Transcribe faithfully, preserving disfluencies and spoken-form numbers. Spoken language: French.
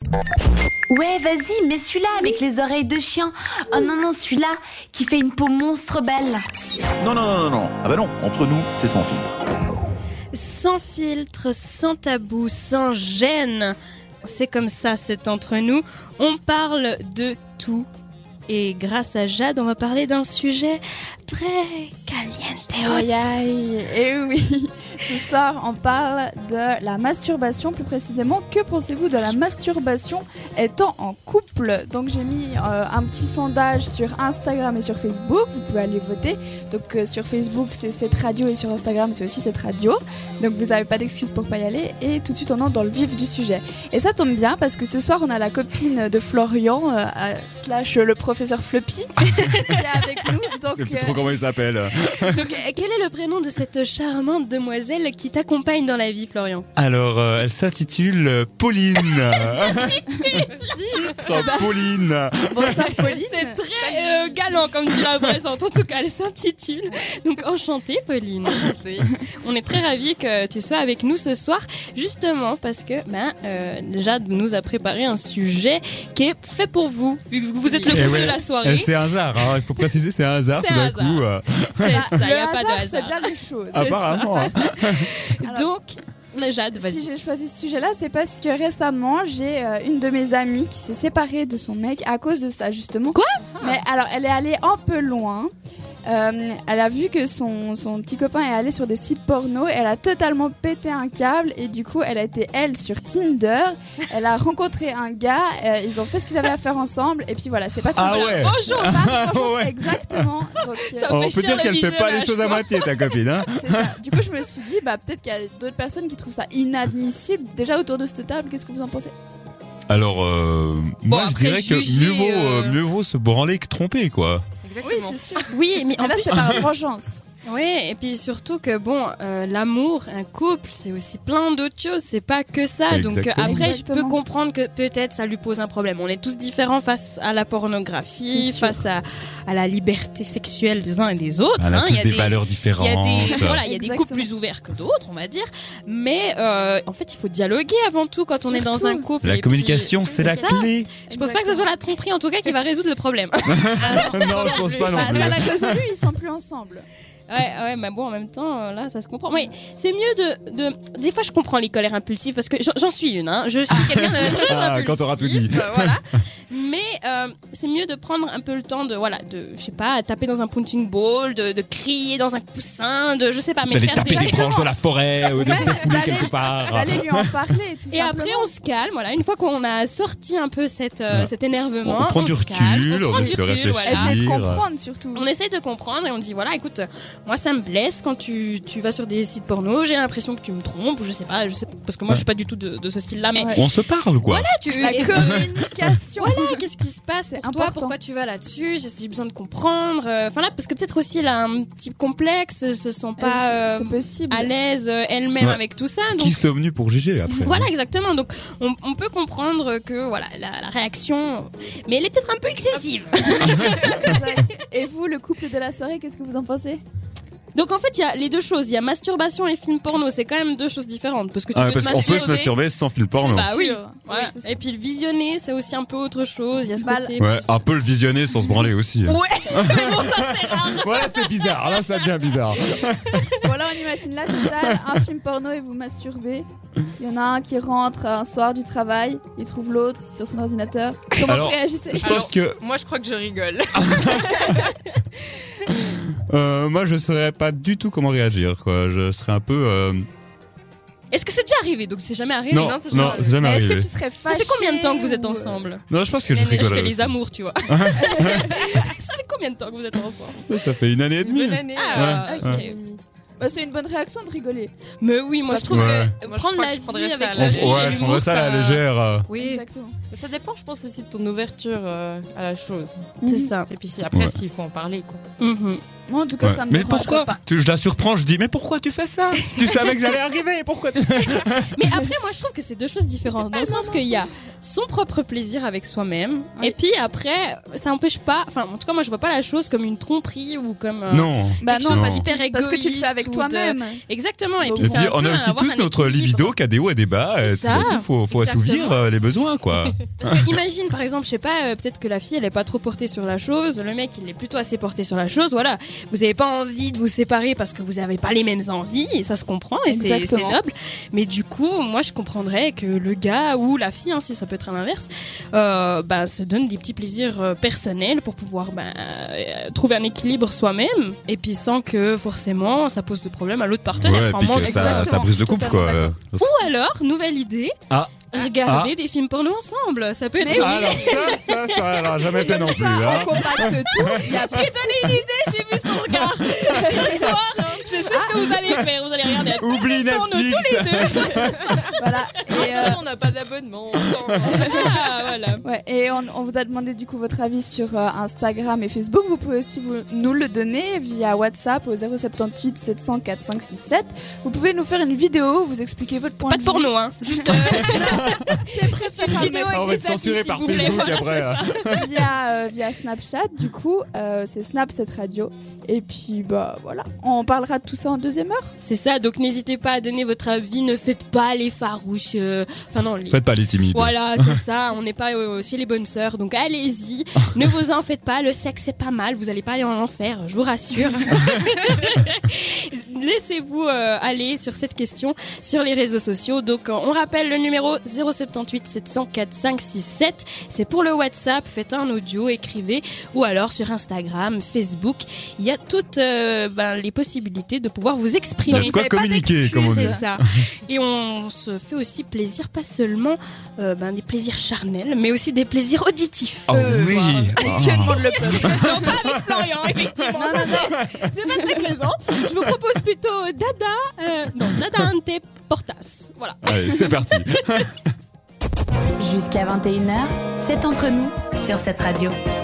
Ouais, vas-y, mets celui-là avec les oreilles de chien. Oh non, non, celui-là qui fait une peau monstre belle. Non, non, non, non, non. Ah bah non, entre nous, c'est sans filtre. Sans filtre, sans tabou, sans gêne. C'est comme ça, c'est entre nous. On parle de tout. Et grâce à Jade, on va parler d'un sujet très caliente. Aïe aïe, et oui, ce soir on parle de la masturbation, plus précisément. Que pensez-vous de la masturbation étant en couple? Donc j'ai mis euh, un petit sondage sur Instagram et sur Facebook, vous pouvez aller voter. Donc euh, sur Facebook c'est cette radio et sur Instagram c'est aussi cette radio. Donc vous n'avez pas d'excuse pour pas y aller. Et tout de suite on entre dans le vif du sujet. Et ça tombe bien parce que ce soir on a la copine de Florian, euh, euh, slash le professeur Floppy, qui est avec nous. Donc, Je sais plus trop comment il s'appelle. Donc, quel est le prénom de cette charmante demoiselle qui t'accompagne dans la vie, Florian? Alors, euh, elle s'intitule euh, Pauline. Titre Pauline. Bonsoir Pauline. C'est très euh, galant comme tu la présentes. En tout cas, elle s'intitule. Donc, enchantée, Pauline. On est très ravis que tu sois avec nous ce soir, justement parce que ben, euh, Jade nous a préparé un sujet qui est fait pour vous, vu que vous êtes le Eh groupe ouais. de la soirée. Et c'est un hasard, hein. Il faut préciser, c'est un hasard C'est tout d'un un hasard. coup. euh. C'est ça, il Le n'y a pas de hasard, hasard. c'est bien les choses. Apparemment. Hein. Donc, Jade, vas-y. Si j'ai choisi ce sujet-là, c'est parce que récemment, j'ai euh, une de mes amies qui s'est séparée de son mec à cause de ça, justement. Quoi? Mais alors, elle est allée un peu loin. Euh, elle a vu que son, son petit copain est allé sur des sites porno. Elle a totalement pété un câble et du coup, elle a été, elle, sur Tinder. Elle a rencontré un gars. Euh, ils ont fait ce qu'ils avaient à faire ensemble. Et puis voilà, c'est pas Ah Tinder. ouais. Bonjour. C'est pas Ah grand-chose, ouais. exactement. Donc, euh, Ça Oh, fait on peut cher dire le qu'elle fait pas les visionnage, choses à quoi. moitié, ta copine. Hein. c'est ça. Du coup, je me suis dit, bah, peut-être qu'il y a d'autres personnes qui trouvent ça inadmissible. Déjà, autour de cette table, qu'est-ce que vous en pensez? Alors, euh, moi, je après, dirais que juger, mieux vaut, euh, euh, mieux vaut se branler que tromper, quoi. Oui, c'est sûr. Oui, mais en Mais là, plus, c'est par vengeance. oui, et puis surtout que bon, euh, l'amour, un couple, c'est aussi plein d'autres choses, c'est pas que ça. Donc euh, Exactement. après, je Exactement. peux comprendre que peut-être ça lui pose un problème. On est tous différents face à la pornographie, C'est sûr. face à, à la liberté sexuelle des uns et des autres. Elle a hein. tous Il y a des, valeurs Il y différentes. a des, voilà, il y a des Exactement. couples plus ouverts que d'autres, on va dire. Mais euh, en fait, il faut dialoguer avant tout quand on est dans Surtout. un couple. La Et communication, puis, c'est la ça. clé. Je pense pas que ce soit la tromperie, en tout cas, qui va résoudre le problème. non, je pense pas non Bah, plus. ça l'a résolu, ils sont plus ensemble. Ouais, ouais, mais bon, en même temps, euh, là, ça se comprend. Mais c'est mieux de, de. Des fois, je comprends les colères impulsives parce que j'en- j'en suis une. Hein. Je suis quelqu'un de très Ah, impulsif. quand t'auras tout dit. euh, voilà. Mais euh, c'est mieux de prendre un peu le temps de, voilà, de, je sais pas, taper dans un punching ball, de, de crier dans un coussin, de, je sais pas, mais de D'aller faire taper des branches de la forêt ou de se Ouais, défouler d'aller- quelque part. D'aller lui en parler, tout Et simplement. après, on se calme. Voilà, une fois qu'on a sorti un peu cette, euh, Ouais. cet énervement, On prend du se calme, recul, on prend essaie du de recul, réfléchir. voilà. Essayer de dire. comprendre surtout. On essaye de comprendre et on dit voilà, écoute, moi ça me blesse quand tu, tu vas sur des sites porno, j'ai l'impression que tu me trompes, ou je sais pas, je sais parce que moi Ouais. je suis pas du tout de, de ce style-là, mais Ouais. On se parle, quoi. voilà, tu La est-ce que- communication. voilà, qu'est-ce qui se passe C'est pour toi, important. pourquoi tu vas là-dessus, j'ai j'ai besoin de comprendre, euh, enfin là, parce que peut-être aussi elle a un petit complexe, elle se sent pas euh, C'est possible. à l'aise euh, elle-même Ouais. avec tout ça, donc Qui sont venus pour juger après. voilà, exactement. Donc, on, on peut comprendre que voilà la, la réaction, mais elle est peut-être un peu excessive. Exact. Et vous, le couple de la soirée, qu'est-ce que vous en pensez? Donc en fait, il y a les deux choses. Il y a masturbation et film porno. C'est quand même deux choses différentes parce que tu Ah, peux parce te qu'on peut se masturber. masturber sans film porno. Bah oui. Sûr. Ouais. Oui, c'est sûr. Et puis le visionner, c'est aussi un peu autre chose. Il y a ce Bah, côté. Ouais, plus- un peu le visionner sans se branler aussi. hein. Ouais. Mais bon, ça c'est rare. Voilà, c'est bizarre. Là, ça devient bizarre. Voilà, on imagine là, total, un film porno et vous masturbez. Il y en a un qui rentre un soir du travail, il trouve l'autre sur son ordinateur. Comment Alors, vous réagissez? Je pense que Moi, je crois que je rigole. euh, moi, je saurais pas du tout comment réagir. Quoi. Je serais un peu. euh, Est-ce que c'est déjà arrivé? Donc c'est jamais arrivé. Non, non, c'est non, jamais c'est jamais Mais est-ce que arrivé. tu serais Ça fâché fait combien de temps que vous êtes ou- ensemble? Non, je pense que je Mais Je rigolerais. fais les aussi. amours, tu vois. Ça fait combien de temps que vous êtes ensemble? Ça fait une année et Une demie. bonne année. Ah, Ouais. ok. Bah, c'est une bonne réaction de rigoler. Mais oui, moi je trouve Ouais. que Moi, je prendre crois la que je prendrais vie ça avec à la la vie légère. et Ouais, je l'humour, prendrais ça à la ça- légère. euh. Oui, Exactement. Mais ça dépend, je pense, aussi de ton ouverture euh, à la chose. c'est ça. Et puis si, après, Ouais. s'il faut en parler, quoi. Mhm. Moi, en tout cas, Ouais. ça me Mais dérangerait pourquoi pas. tu, Je la surprends, je dis mais pourquoi tu fais ça? Tu savais que j'allais arriver, pourquoi tu... Mais après, moi, je trouve que c'est deux choses différentes. Dans le sens qu'il y a son propre plaisir avec soi-même. Oui. Et puis après, ça n'empêche pas. Enfin, en tout cas, moi, je vois pas la chose comme une tromperie ou comme. euh, Non. Bah quelque non, chose non. d'hyper égoïste. parce que tu le fais avec ou de- toi-même. Exactement. Et Donc, puis, Et c'est puis un on peu a aussi avoir tous un notre équilibre. libido qui a des hauts et des bas. C'est Il ça. faut, faut Exactement. assouvir euh, les besoins, quoi. Parce que imagine, par exemple, je sais pas, euh, peut-être que la fille, elle est pas trop portée sur la chose, le mec, il est plutôt assez porté sur la chose. Voilà, vous avez pas envie de vous séparer parce que vous avez pas les mêmes envies, et ça se comprend, et c'est c'est Exactement. noble. Mais du coup, moi, je comprendrais que le gars ou la fille, hein, si ça peut être à l'inverse, euh, bah, se donne des petits plaisirs euh, personnels pour pouvoir bah, euh, trouver un équilibre soi-même, et puis sans que forcément ça pose de problème à l'autre partenaire. Ouais, Enfin, puis moi, que ça, exactement. ça brise le couple, quoi. Totalement Ou alors, nouvelle idée, Ah. regarder Ah. des films porno ensemble. Ça peut être Mais oui. Alors ça, ça, ça, alors jamais fait non plus. Ça, Hein. on compacte tout. Il y a pas de j'ai vu son regard. Ce soir, je sais ce que vous allez faire. Vous allez regarder un Oublie porno Netflix. tous les deux. Voilà. De Et, toute euh, façon, on n'a pas d'abonnement. Ah, voilà. ouais, et on, on vous a demandé du coup votre avis sur euh, Instagram et Facebook. Vous pouvez aussi vous, nous le donner via WhatsApp au zéro soixante-dix-huit sept cents quatre cinq six sept. Vous pouvez nous faire une vidéo, vous expliquer votre point Pas de de vue. porno, hein. Juste, euh, juste une vidéo On va avec être des censuré affiches, par s'il vous plaît. Facebook Voilà, après. c'est hein. ça. via, euh, via Snapchat. Du coup, euh, c'est Snap cette radio. Et puis, bah voilà. On parlera de tout ça en deuxième heure. C'est ça, donc n'hésitez pas à donner votre avis. Ne faites pas les farouches. euh, Enfin, non, les. Faites pas les timides. Voilà, c'est ça, on n'est pas euh, aussi les bonnes sœurs, donc allez-y, ne vous en faites pas, le sexe c'est pas mal, vous allez pas aller en enfer, je vous rassure. Laissez-vous euh, aller sur cette question sur les réseaux sociaux, donc euh, on rappelle le numéro zéro soixante-dix-huit sept cents quatre cinq six sept, c'est pour le WhatsApp, faites un audio, écrivez, ou alors sur Instagram, Facebook, il y a toutes euh, ben, les possibilités de pouvoir vous Il y exprimer. a de quoi Vous avez pas communiquer, comme on dit. C'est ça. Et on se fait aussi plaisir, pas seulement euh, ben, des plaisirs charnels, mais aussi des plaisirs auditifs. Oh ce oui. soir. Ah. Que demande le peuple. Non, pas avec Florian, effectivement. Non, ça, non, c'est- c'est pas très plaisant. Je vous propose plutôt Dada. euh, non, Dada Ante Portas. Voilà. Allez, c'est parti. Jusqu'à vingt et une heures, c'est entre nous sur cette radio.